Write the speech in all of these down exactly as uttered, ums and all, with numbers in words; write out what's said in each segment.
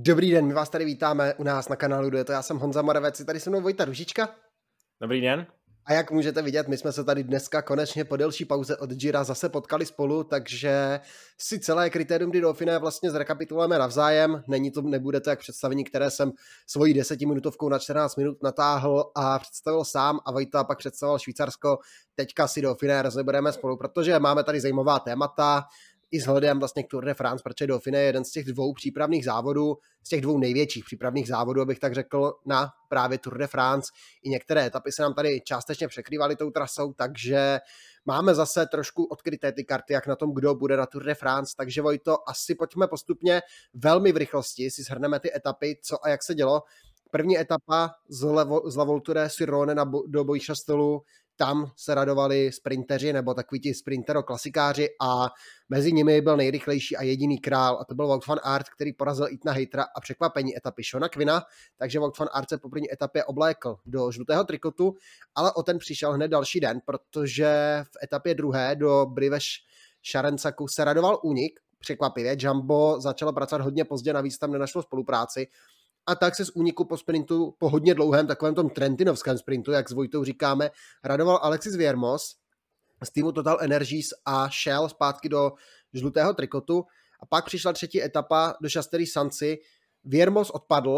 Dobrý den, my vás tady vítáme u nás na kanálu Dueto. Já jsem Honza Moravec, je tady se mnou Vojta Ružička. Dobrý den. A jak můžete vidět, my jsme se tady dneska konečně po delší pauze od Gira zase potkali spolu, takže si celé kritérium di Dauphiné vlastně zrekapitulujeme navzájem. Není to, nebude to jak představení, které jsem svojí desetiminutovkou na čtrnáct minut natáhl a představil sám a Vojta pak představil Švýcarsko. Teďka si Dauphiné rozebereme spolu, protože máme tady zajímavá témata, i vzhledem vlastně k Tour de France, protože Dauphiné je jeden z těch dvou přípravných závodů, z těch dvou největších přípravných závodů, abych tak řekl, na právě Tour de France. I některé etapy se nám tady částečně překrývaly tou trasou, takže máme zase trošku odkryté ty karty, jak na tom, kdo bude na Tour de France. Takže Vojto, asi pojďme postupně velmi v rychlosti, si shrneme ty etapy, co a jak se dělo. První etapa z, Levo, z La Volture sur Rhône na bo, do Bojšastelu, tam se radovali sprinteři, nebo takoví ti sprintero-klasikáři a mezi nimi byl nejrychlejší a jediný král a to byl Wout van Aert, který porazil Ethana Haytera a překvapení etapy Seana Quinna, takže Wout van Aert se po první etapě oblékl do žlutého trikotu, ale o ten přišel hned další den, protože v etapě druhé do Brive Charensaku se radoval únik, překvapivě, Jumbo začalo pracovat hodně pozdě, navíc tam nenašlo spolupráci, a tak se z úniku po sprintu, po hodně dlouhém takovém tom trentinovském sprintu, jak s Vojtou říkáme, radoval Alexis Viermos z týmu Total Energies a šel zpátky do žlutého trikotu. A pak přišla třetí etapa do Chastery Sancy. Viermos odpadl,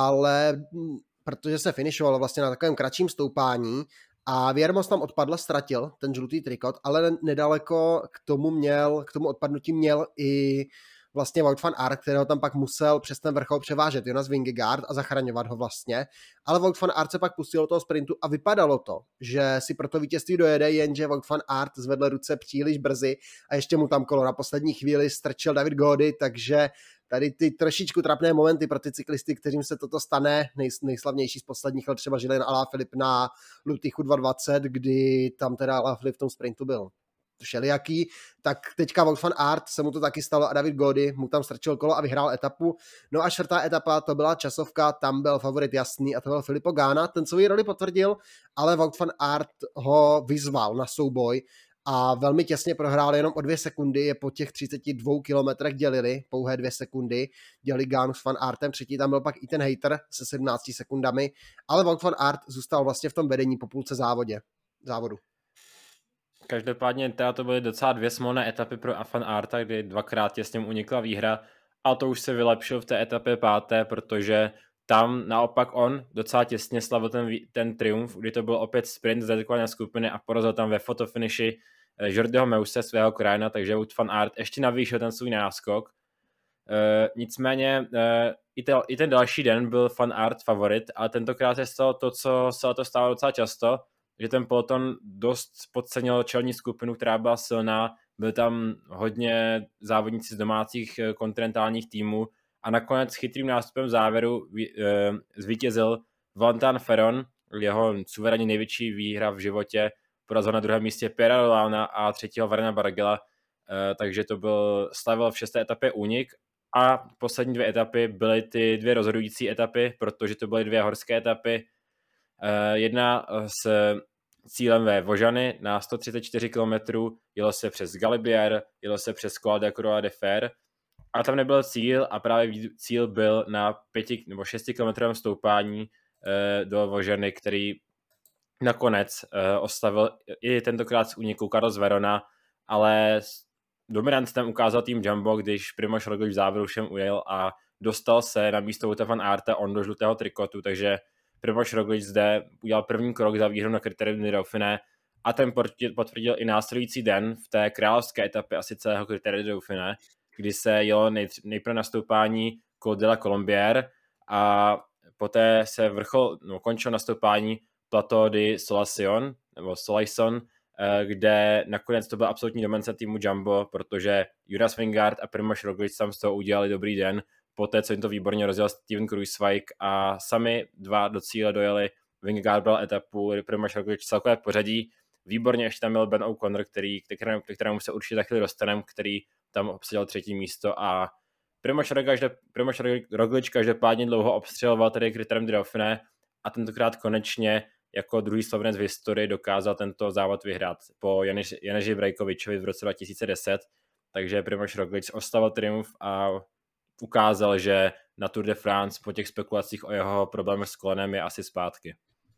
ale protože se finišoval vlastně na takovém kratším stoupání a Viermos tam odpadl, ztratil ten žlutý trikot, ale nedaleko k tomu měl, k tomu odpadnutí měl i vlastně Wout van Aert, kterého tam pak musel přes ten vrchol převážet Jonas Vingegaard a zachraňovat ho vlastně. Ale Wout van Aert se pak pustil do toho sprintu a vypadalo to, že si pro to vítězství dojede, jenže Wout van Aert zvedl ruce příliš brzy a ještě mu tam kolo na poslední chvíli strčil David Gody, takže tady ty trošičku trapné momenty pro ty cyklisty, kterým se toto stane, nej, nejslavnější z posledních let třeba Julien Alaphilippe na Lutychu dva dvacet, kdy tam teda Alaphilippe v tom sprintu byl všelijaký, tak teďka Wout van Aert se mu to taky stalo a David Gody mu tam strčil kolo a vyhrál etapu. No a čtvrtá etapa, to byla časovka, tam byl favorit jasný a to byl Filippo Ganna, ten svou roli potvrdil, ale Wout van Aert ho vyzval na souboj a velmi těsně prohrál, jenom o dvě sekundy, je po těch třiceti dvou kilometrech dělili, pouhé dvě sekundy, dělili Gannu s Van Aertem, třetí tam byl pak Ethan Hayter se sedmnácti sekundami, ale Wout van Aert zůstal vlastně v tom vedení po půlce závodě, závodu. Každopádně teda to byly docela dvě smolné etapy pro Van Aerta, kdy dvakrát těsně mu unikla výhra a to už se vylepšil v té etapě páté, protože tam naopak on docela těsně slavil ten, ten triumf, kdy to byl opět sprint z dedikované skupiny a porazil tam ve fotofiniši Jordiho Meuse, svého krajina, takže Wout van Aert ještě navýšil ten svůj náskok. E, nicméně e, i, te, i ten další den byl Van Aert favorit, ale tentokrát se stalo to, co se to stalo docela často, že ten peloton dost podcenil čelní skupinu, která byla silná, byl tam hodně závodníci z domácích kontinentálních týmů a nakonec chytrým nástupem závěru e, zvítězil Valentin Ferron, jeho suverénně největší výhra v životě, porazil na druhém místě Pierra Rolana a třetího Varena Bargela, e, takže to byl, slavil v šesté etapě únik a poslední dvě etapy byly ty dvě rozhodující etapy, protože to byly dvě horské etapy, e, jedna s cílem ve Vožany na sto třicet čtyři kilometrů, jelo se přes Galibier, jelo se přes Col de Croix de Fer a tam nebyl cíl a právě cíl byl na pěti nebo šesti kilometrovém stoupání eh, do Vožany, který nakonec eh, ostavil i tentokrát z úniku Carlos Verona, ale dominantem ukázal tým Jumbo, když Primož Roglič v závěru všem ujel a dostal se na místo Wouta van Aerta on do žlutého trikotu, takže Primož Roglič zde udělal první krok za výhru na kritérium di Dauphiné a ten potvrdil i následující den v té královské etapě asi celého kritérium di Dauphiné, kdy se jelo nejprve na stoupání Col de la Colombière a poté se vrchol, no, končil na stoupání Plateau de Solaison, nebo Solaison, kde nakonec to byl absolutní dominance týmu Jumbo, protože Jonas Vingegaard a Primož Roglič tam z toho udělali dobrý den, poté, co jim to výborně rozjel Steven Kruijswijk a sami dva do cíle dojeli. Vingegaard bral etapu, Primož Roglič celkové pořadí. Výborně ještě tam byl Ben O'Connor, který, kterému, kterému se určitě za chvíli dostaneme, který tam obsadil třetí místo a Primož Roglič každopádně dlouho obstřeloval tady kritérium di Dauphiné a tentokrát konečně jako druhý Slovenec v historii dokázal tento závod vyhrát po Janeži, Janeži Brajkovičovi v roce dva tisíce deset, takže Primož Roglič oslavil triumf a ukázal, že na Tour de France po těch spekulacích o jeho problémech s kolenem je asi zpátky.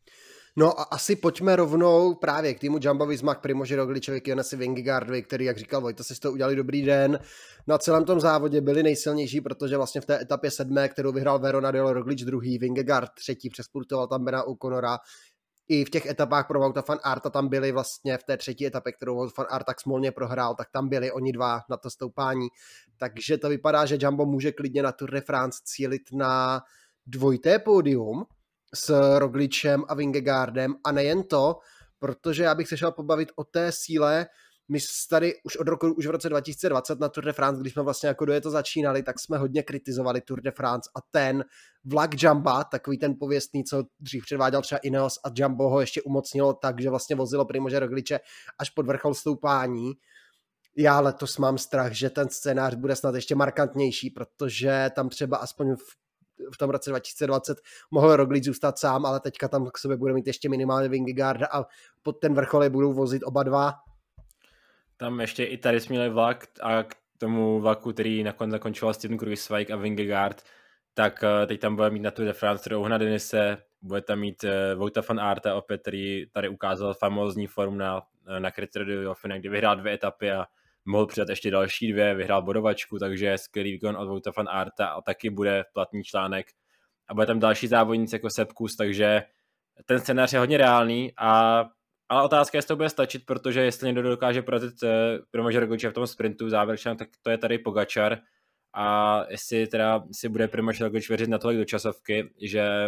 No a asi pojďme rovnou právě k týmu Jumbo Visma, k Primoži Rogličovi, k Jonasi Vingegaardovi, který, jak říkal Vojta, si to udělali dobrý den. Na celém tom závodě byli nejsilnější, protože vlastně v té etapě sedmé, kterou vyhrál Verona, dojel Roglič druhý, Vingegaard třetí, přespurtoval tam Bena O'Connora. I v těch etapách pro Wouta van Aerta tam byli vlastně v té třetí etapě, kterou Wout van Aert tak smolně prohrál, tak tam byli oni dva na to stoupání. Takže to vypadá, že Jumbo může klidně na Tour de France cílit na dvojité pódium s Rogličem a Vingegaardem a nejen to, protože já bych se šel pobavit o té síle. My tady už od roku, už v roce dva tisíce dvacet na Tour de France, když jsme vlastně jako doje to začínali, tak jsme hodně kritizovali Tour de France a ten vlak Jumba, takový ten pověstný, co dřív předváděl třeba Ineos a Jumbo ho ještě umocnilo tak, že vlastně vozilo Primože Rogliče až pod vrchol stoupání. Já letos mám strach, že ten scénář bude snad ještě markantnější, protože tam třeba aspoň v v tom roce dva tisíce dvacet mohl Roglič zůstat sám, ale teďka tam k sobě bude mít ještě minimálně Vingegaarda a pod ten vrchol je budou vozit oba dva. Tam ještě i tady jsme měli vlak a k tomu vlaku, který nakonec zakončoval Steven Kruijswijk a Vingegaard, tak teď tam bude mít na Tour de France Rohana Denise, bude tam mít Wouta van Aerta opět, který tady ukázal famózní formu na, na Critérium du Dauphiné, kdy vyhrál dvě etapy a mohl přidat ještě další dvě, vyhrál bodovačku, takže skvělý výkon od Wouta van Aerta a taky bude platný článek. A bude tam další závodníci jako Sepp Kuss, takže ten scénář je hodně reálný, a, ale otázka je, jestli to bude stačit, protože jestli někdo dokáže porazit Primože Rogliče v tom sprintu závěrečném, tak to je tady Pogačar. A jestli teda si bude Primož Roglič věřit natolik do časovky, že,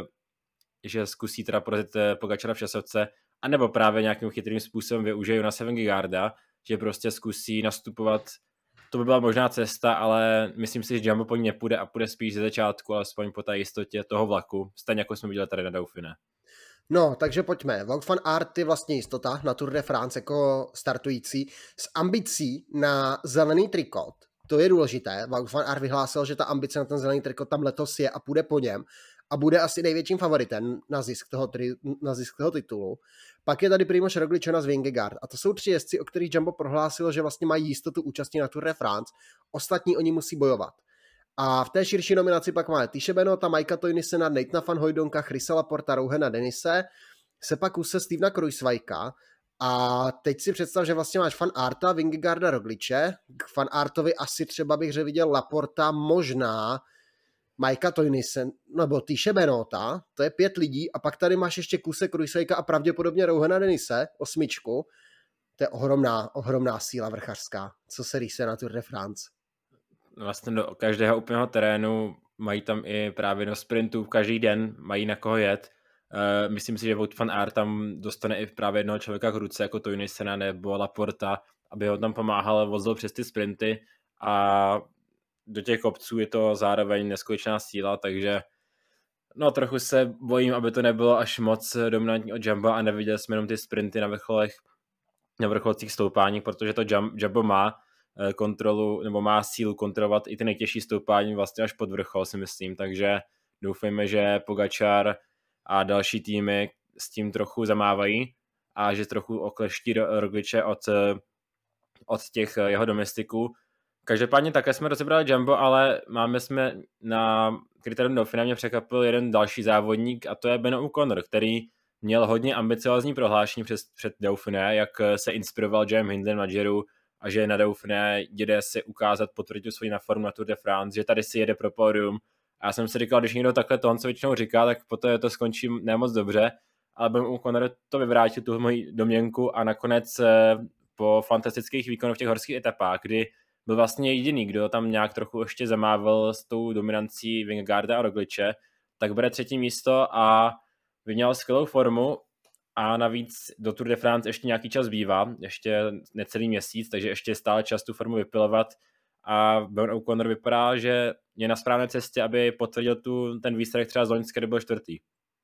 že zkusí teda porazit Pogačara v časovce, anebo právě nějakým chytrým způsobem využije Jonase Vingegaarda, že prostě zkusí nastupovat. To by byla možná cesta, ale myslím si, že Jumbo po ní nepůjde a půjde spíš ze začátku, alespoň po té jistotě toho vlaku, stejně jako jsme viděli tady na Dauphiné. No, takže pojďme. Wout van Aert je vlastně jistota na Tour de France jako startující s ambicí na zelený trikot. To je důležité. Wout van Aert vyhlásil, že ta ambice na ten zelený trikot tam letos je a půjde po něm a bude asi největším favoritem na zisk toho, tri, na zisk toho titulu. Pak je tady Primož Roglič, Jonas Vingegaard a to jsou tři jezdci, o kterých Jumbo prohlásil, že vlastně mají jistotu účasti na Tour de France. Ostatní oni musí bojovat. A v té širší nominaci pak máme Tische Benota, Majka Toynissena, Nathana van Hooijdonka, Chrisa Laporta, Rohana Denise, Seppa Kusse, Stevena Kruijswijka. A teď si představ, že vlastně máš Van Aerta, Vingegaarda, Rogliče. K Van Aertovi asi třeba bych viděl Laporta, možná Majka Toynisen, nebo Tische Benota, to je pět lidí, a pak tady máš ještě Kusse, Kruijswijka a pravděpodobně Rohana Denise, osmičku. To je ohromná, ohromná síla vrchařská, co se rýse na Tour de France. Vlastně do každého úplného terénu mají tam i právě do sprintů, každý den mají na koho jet. Uh, myslím si, že Wout van Aert tam dostane i právě jednoho člověka k ruce, jako Toynissena nebo Laporta, aby ho tam pomáhal, vozil přes ty sprinty, a do těch kopců je to zároveň neskutečná síla, takže no trochu se bojím, aby to nebylo až moc dominantní od Jumbo a neviděli jsme jenom ty sprinty na vrcholech, na vrcholcích stoupání, protože to Jumbo má kontrolu, nebo má sílu kontrolovat i ty nejtěžší stoupání vlastně až pod vrchol, si myslím, takže doufejme, že Pogačar a další týmy s tím trochu zamávají a že trochu okleští Rogliče od, od těch jeho domestiků. Každopádně také jsme rozebrali Jumbo, ale máme jsme na Critérium du Dauphiné mě překvapil jeden další závodník, a to je Ben O'Connor, který měl hodně ambiciozní prohlášení před, před Dauphiné, jak se inspiroval Jem Hindley na Giro a že na Dauphiné jede si ukázat, potvrdit svoji na formu na Tour de France, že tady si jede pro pódium. A já jsem si říkal, když někdo takhle to, co většinou říká, tak poté to skončí nemoc dobře, ale Ben O'Connor to vyvrátil, tu moji domněnku, a nakonec po fantastických výkonech v těch horských etapách, kdy byl vlastně jediný, kdo tam nějak trochu ještě zamával s tou dominancí Vingegaarda a Rogliče, tak bere třetí místo a vyměl skvělou formu. A navíc do Tour de France ještě nějaký čas bývá, ještě necelý měsíc, takže ještě stále čas tu formu vypilovat. A Ben O'Connor vypadá, že je na správné cestě, aby potvrdil tu, ten výsledek třeba z loňské, kdy byl čtvrtý.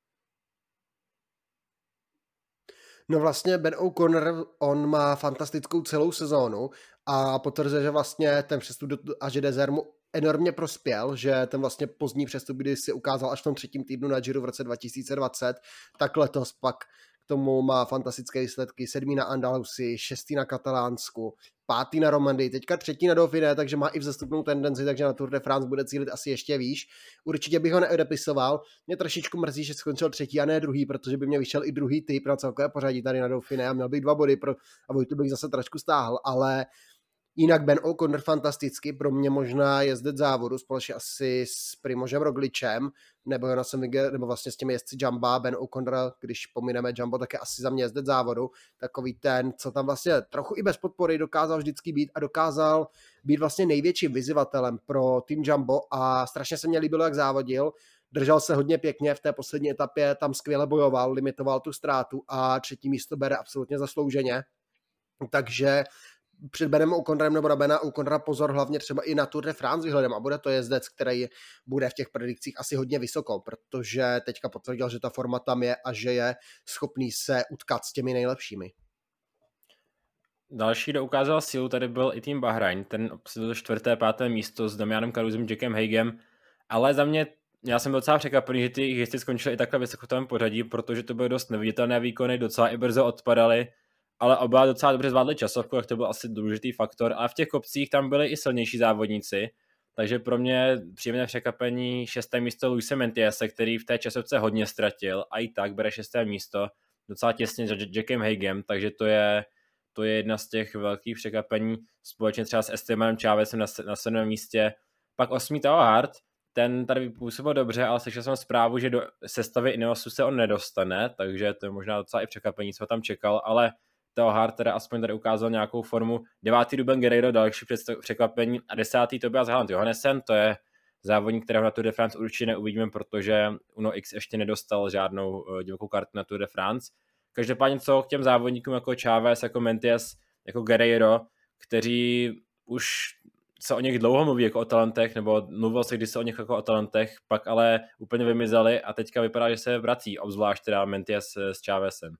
No vlastně Ben O'Connor, on má fantastickou celou sezónu a potvrzuje, že vlastně ten přestup do Age Desert mu enormně prospěl, že ten vlastně pozdní přestup, kdy si ukázal až v tom třetím týdnu na Giro v roce dva tisíce dvacet, tak letos pak k tomu má fantastické výsledky, sedmý na Andalusii, šestý na Katalánsku, pátý na Romandii, teďka třetí na Dauphiné, takže má i vzestupnou tendenci, takže na Tour de France bude cílit asi ještě výš. Určitě bych ho neodepisoval. Mě trošičku mrzí, že skončil třetí a ne druhý, protože by mě vyšel i druhý typ na celkové pořadí tady na Dauphiné a měl bych dva body pro, a Vojtu bych zase trošku stáhl, ale jinak Ben O'Connor fantasticky, pro mě možná jezdec závodu, společně asi s Primožem Rogličem, nebo Jonasem Viger, nebo vlastně s těmi jezdci Jamba. Ben O'Connor, když pomineme Jumbo, tak je asi za mě jezdec závodu, takový ten, co tam vlastně trochu i bez podpory dokázal vždycky být a dokázal být vlastně největším vyzývatelem pro tým Jumbo a strašně se mě líbilo, jak závodil. Držel se hodně pěkně v té poslední etapě, tam skvěle bojoval, limitoval tu ztrátu a třetí místo bere absolutně zaslouženě. Takže před Benem O'Connorem nebo na Bena O'Connora pozor hlavně třeba i na Tour de France výhledem a bude to jezdec, který bude v těch predikcích asi hodně vysoko, protože teďka potvrdil, že ta forma tam je a že je schopný se utkat s těmi nejlepšími. Další, kdo ukázal sílu, tady byl i tým Bahrain, ten obsadil čtvrté, páté místo s Damianem Caruzem, Jackem Haigem, ale za mě, já jsem docela překvapený, že ty jezdci skončili i takhle vysoko v tom pořadí, protože to byly dost neviditelné výkony, docela i brzo odpadaly, ale oba docela dobře zvládli časovku, jak to byl asi důležitý faktor. A v těch kopcích tam byli i silnější závodníci, takže pro mě příjemné překvapení šesté místo Luise Mentiese, který v té časovce hodně ztratil a i tak bere šesté místo, docela těsně s Jackem Haigem, takže to je, to je jedna z těch velkých překvapení, společně třeba s Estebanem Chávezem na, na sedmém místě. Pak osmý Tao Hart, ten tady působil dobře, ale slyšel jsem zprávu, že do sestavy Ineosu se on nedostane, takže to je možná docela i překvapení, co tam čekal, ale Tao Hart teda aspoň tady ukázal nějakou formu. Devátý Ruben Guerreiro, další překvapení a desátý Tobias Haaland Johannesen, to je závodník, kterého na Tour de France určitě neuvidíme, protože Uno X ještě nedostal žádnou divokou kartu na Tour de France. Každopádně co k těm závodníkům jako Chávez, jako Mentiès, jako Guerreiro, kteří už se o nich dlouho mluví jako o talentech, nebo mluvil se když se o nich jako o talentech, pak ale úplně vymizeli a teďka vypadá, že se vrací, obzvlášť teda Mentiès s Chávezem.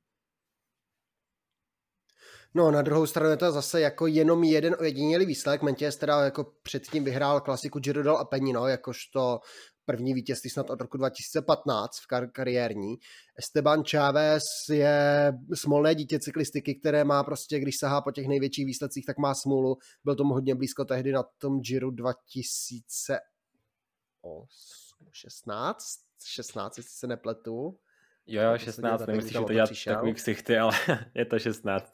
No, na druhou stranu je to zase jako jenom jeden ojedinělý výsledek. Mentiès teda jako předtím vyhrál klasiku Giro del Appennino, jakožto první vítězství snad od roku dva tisíce patnáct v kar- kariérní. Esteban Chávez je smolné dítě cyklistiky, které má prostě, když sahá po těch největších výsledcích, tak má smůlu. Byl tomu hodně blízko tehdy na tom Giro dva tisíce šestnáct, šestnáct, jestli se nepletu. Jo, jo, šestnáct, nemusíš to dělat takový ksichty, ale je to šestnáct.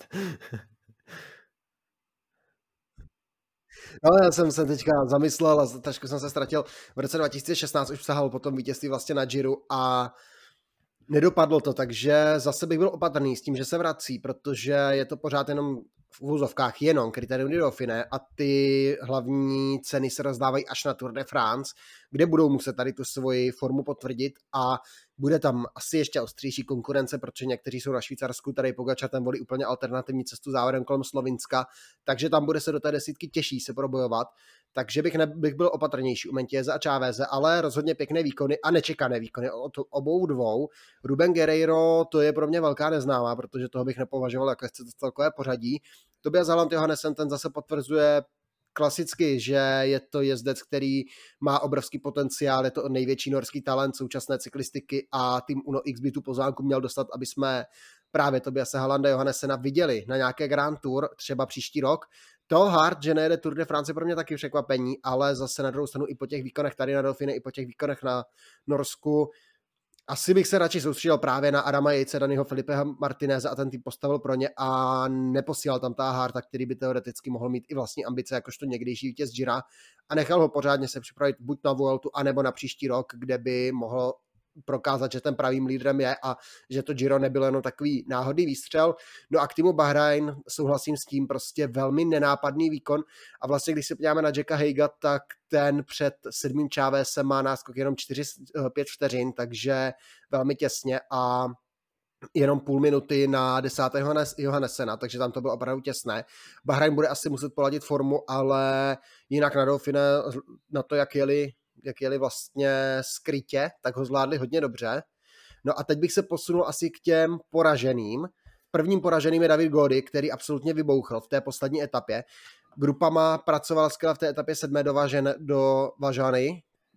No, já jsem se teďka zamyslel a trošku jsem se ztratil. V roce dva tisíce šestnáct už sahal potom vítězství vlastně na Giro a nedopadlo to, takže zase bych byl opatrný s tím, že se vrací, protože je to pořád jenom v uvozovkách jenom Critérium du Dauphiné a ty hlavní ceny se rozdávají až na Tour de France, kde budou muset tady tu svoji formu potvrdit a bude tam asi ještě ostřejší konkurence, protože někteří jsou na Švýcarsku, tady Pogačar ten volí úplně alternativní cestu závodem kolem Slovinska, takže tam bude se do té desítky těžší se probojovat, takže bych, ne, bych byl opatrnější u Mentiese a Cháveze, ale rozhodně pěkné výkony a nečekané výkony od obou dvou. Ruben Guerreiro, to je pro mě velká neznámá, protože toho bych nepovažoval jako celkové pořadí. Tobias Haaland Johannesen, ten zase potvrzuje klasicky, že je to jezdec, který má obrovský potenciál, je to největší norský talent současné cyklistiky a tým Uno X by tu pozvánku měl dostat, aby jsme právě Tobiase Haalanda Johannesena viděli na nějaké Grand Tour, třeba příští rok. To Hart, že nejede Tour de France, je pro mě taky překvapení, ale zase na druhou stranu i po těch výkonech tady na Dauphině, i po těch výkonech na Norsku, asi bych se radši soustředil právě na Adama Jejce, Daniho Filipeho Martineze a ten tým postavil pro ně a neposílal tam Tao Harta, který by teoreticky mohl mít i vlastní ambice, jakožto někdejší vítěz Gira a nechal ho pořádně se připravit buď na Vueltu, anebo na příští rok, kde by mohl prokázat, že ten pravým lídrem je a že to Giro nebyl jenom takový náhodný výstřel. No a k týmu Bahrain souhlasím s tím, prostě velmi nenápadný výkon a vlastně když se podíváme na Jacka Haiga, tak ten před sedmým Chávezem má náskok jenom čtyři pět vteřin, takže velmi těsně a jenom půl minuty na desátého Johannessena, takže tam to bylo opravdu těsné. Bahrain bude asi muset poladit formu, ale jinak na Dauphiné, na to, jak jeli jak jeli vlastně skrytě, tak ho zvládli hodně dobře. No a teď bych se posunul asi k těm poraženým. Prvním poraženým je David Gody, který absolutně vybouchl v té poslední etapě. Grupama pracoval skvěle v té etapě sedmé do, Važen, do Važany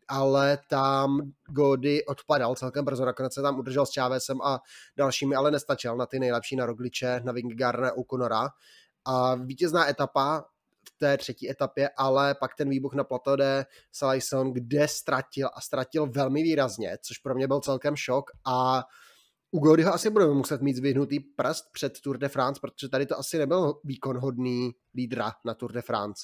ale tam Gody odpadal celkem brzo, nakonec se tam udržel s Chávezem a dalšími, ale nestačil na ty nejlepší, na Rogliče, na Vingegaarda, O'Connora. A vítězná etapa v té třetí etapě, ale pak ten výbuch na Plateau de Salaison, kde ztratil a ztratil velmi výrazně, což pro mě byl celkem šok a u Godyho asi budeme muset mít zvyhnutý prst před Tour de France, protože tady to asi nebyl výkonhodný lídra na Tour de France.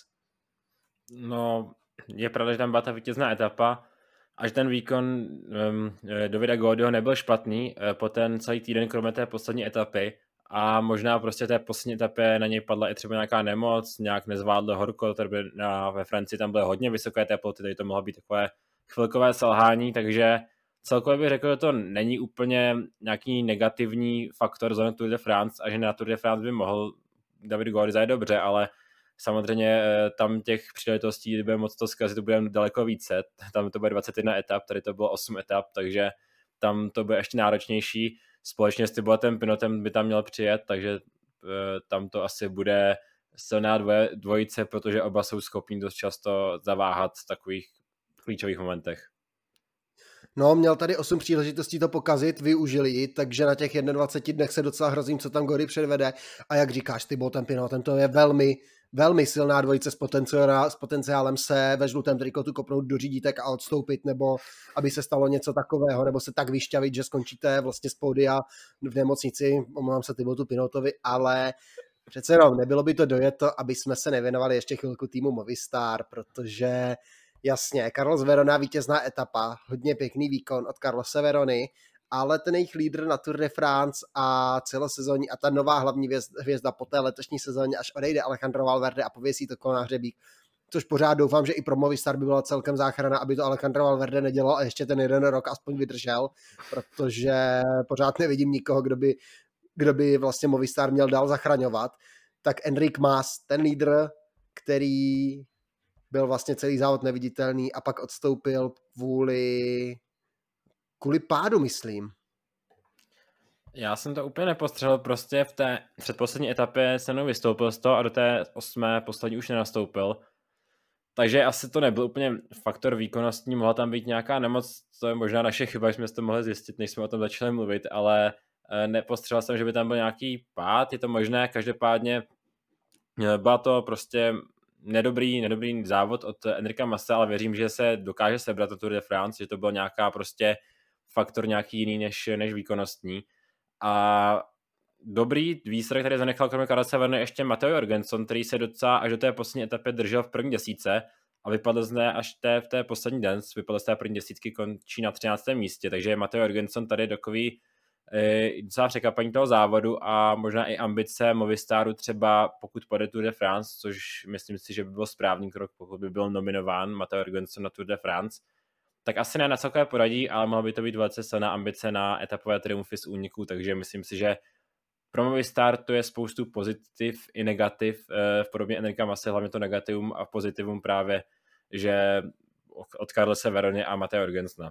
No, je pravda, že tam byla ta vítězná etapa, až ten výkon um, Davida Godyho nebyl špatný uh, po ten celý týden, kromě té poslední etapy, a možná prostě té poslední etapě na něj padla i třeba nějaká nemoc, nějak nezvládl horko, tady na, ve Francii tam byly hodně vysoké teploty, tady to mohlo být takové chvilkové selhání, takže celkově bych řekl, že to není úplně nějaký negativní faktor zóny Tour de France a že na Tour de France by mohl David Gody zajet dobře, ale samozřejmě tam těch příležitostí, kdy bude moc to zkazit, to bude daleko více. Tam to bude dvacet jedna etap, tady to bylo osm etap, takže tam to bude ještě náročnější. Společně s Thibaoutem Pinotem by tam měl přijet, takže tam to asi bude silná dvoje, dvojice, protože oba jsou schopní dost často zaváhat v takových klíčových momentech. No, měl tady osm příležitostí to pokazit, využili ji, takže na těch dvaceti jedna dnech se docela hrozím, co tam Gody předvede. A jak říkáš, ty Thibaoutem Pinotem, to je velmi, velmi silná dvojice s, potenciál, s potenciálem se ve žlutém trikotu kopnout do řídítek a odstoupit, nebo aby se stalo něco takového, nebo se tak vyšťavit, že skončíte vlastně z pódia v nemocnici, omlouvám se Thibautu Pinotovi, ale přece jenom nebylo by to dojeto, aby jsme se nevěnovali ještě chvilku týmu Movistar, protože jasně, Carlos Verona, vítězná etapa, hodně pěkný výkon od Carlose Verony, ale ten jejich lídr na Tour de France a celosezónní a ta nová hlavní hvězda po té letošní sezóně, až odejde Alejandro Valverde a pověsí to kolo na hřebík, což pořád doufám, že i pro Movistar by byla celkem záchrana, aby to Alejandro Valverde nedělal a ještě ten jeden rok aspoň vydržel, protože pořád nevidím nikoho, kdo by, kdo by vlastně Movistar měl dál zachraňovat. Tak Enric Mas, ten lídr, který byl vlastně celý závod neviditelný a pak odstoupil kvůli, kvůli pádu, myslím. Já jsem to úplně nepostřehl, prostě v té předposlední etapě se mnou vystoupil z toho a do té osmé poslední už nenastoupil. Takže asi to nebyl úplně faktor výkonnostní, mohla tam být nějaká nemoc, to je možná naše chyba, že jsme to mohli zjistit, než jsme o tom začali mluvit, ale nepostřehl jsem, že by tam byl nějaký pád, je to možné, každopádně byla to prostě nedobrý, nedobrý závod od Enrika Mase, ale věřím, že se dokáže sebrat do Tour de France, že to byl nějaká prostě faktor nějaký jiný než, než výkonnostní. A dobrý výsledek, který zanechal kromě Carlose Verony ještě Matteo Jorgenson, který se docela až do té poslední etapy držel v první desítce a vypadl z ní až té, v té poslední den, vypadl z té první desítky, končí na třináctém místě, takže Matteo Jorgenson tady takový docela překvapení toho závodu a možná i ambice Movistaru třeba pokud pojede Tour de France, což myslím si, že by byl správný krok, pokud by byl nominován Matteo Jorgenson na Tour de France, tak asi ne na celkové poradí, ale mohla by to být velice silná ambice na etapové triumfy z úniků, takže myslím si, že pro Movistar to je spoustu pozitiv i negativ v podobě Enrika Mase, hlavně to negativum a pozitivum právě, že od Carlose Verony a Matteo Jorgensona.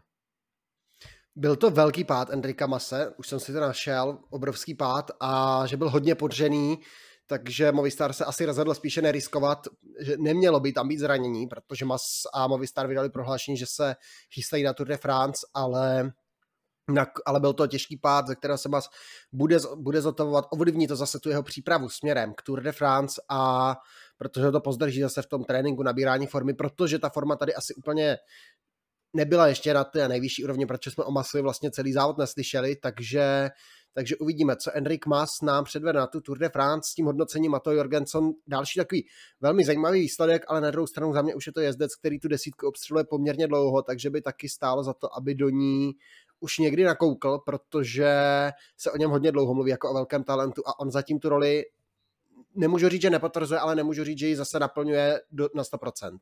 Byl to velký pád Enrika Mase, už jsem si to našel, obrovský pád a že byl hodně podřený, takže Movistar se asi rozhodl spíše neriskovat, že nemělo by tam být zranění, protože Mas a Movistar vydali prohlášení, že se chystají na Tour de France, ale, na, ale byl to těžký pád, ze kterého se Mas bude, bude zotavovat, ovlivní to zase tu jeho přípravu směrem k Tour de France a protože to pozdrží zase v tom tréninku nabírání formy, protože ta forma tady asi úplně nebyla ještě na té nejvyšší úrovni, protože jsme o Masovi vlastně celý závod neslyšeli, takže, takže uvidíme, co Enric Mas nám předvede na tu Tour de France s tím hodnocením Matteo Jorgenson. Další takový velmi zajímavý výsledek, ale na druhou stranu za mě už je to jezdec, který tu desítku obstřeluje poměrně dlouho, takže by taky stálo za to, aby do ní už někdy nakoukl, protože se o něm hodně dlouho mluví jako o velkém talentu a on zatím tu roli, nemůžu říct, že nepotvrzuje, ale nemůžu říct, že ji zase naplňuje do, na sto procent.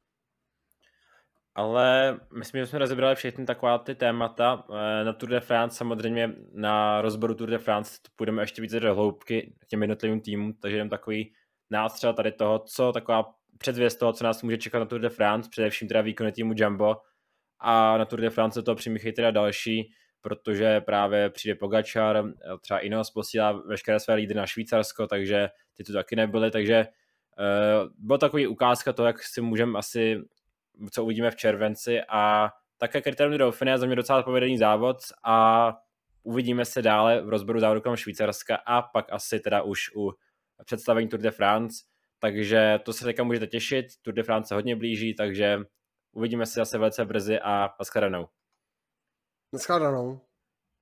Ale myslím, že jsme rozebrali všechny taková ty témata. Na Tour de France samozřejmě, na rozboru Tour de France půjdeme ještě více do hloubky těm jednotlivým týmům, takže jdem takový nástřel tady toho, co taková předzvěst toho, co nás může čekat na Tour de France, především teda výkony týmu Jumbo a na Tour de France to přimíchají teda další, protože právě přijde Pogačar, třeba Ineos posílá veškeré své lídry na Švýcarsko, takže ty tu taky nebyly, takže uh, byl takový ukázka toho, jak si můžeme asi co uvidíme v červenci a také Kritérium du Dauphiné je za mě docela povedený závod a uvidíme se dále v rozboru závodu kolem Švýcarska a pak asi teda už u představení Tour de France, takže to se teďka můžete těšit, Tour de France se hodně blíží, takže uvidíme se zase velice brzy a nashledanou. Nashledanou.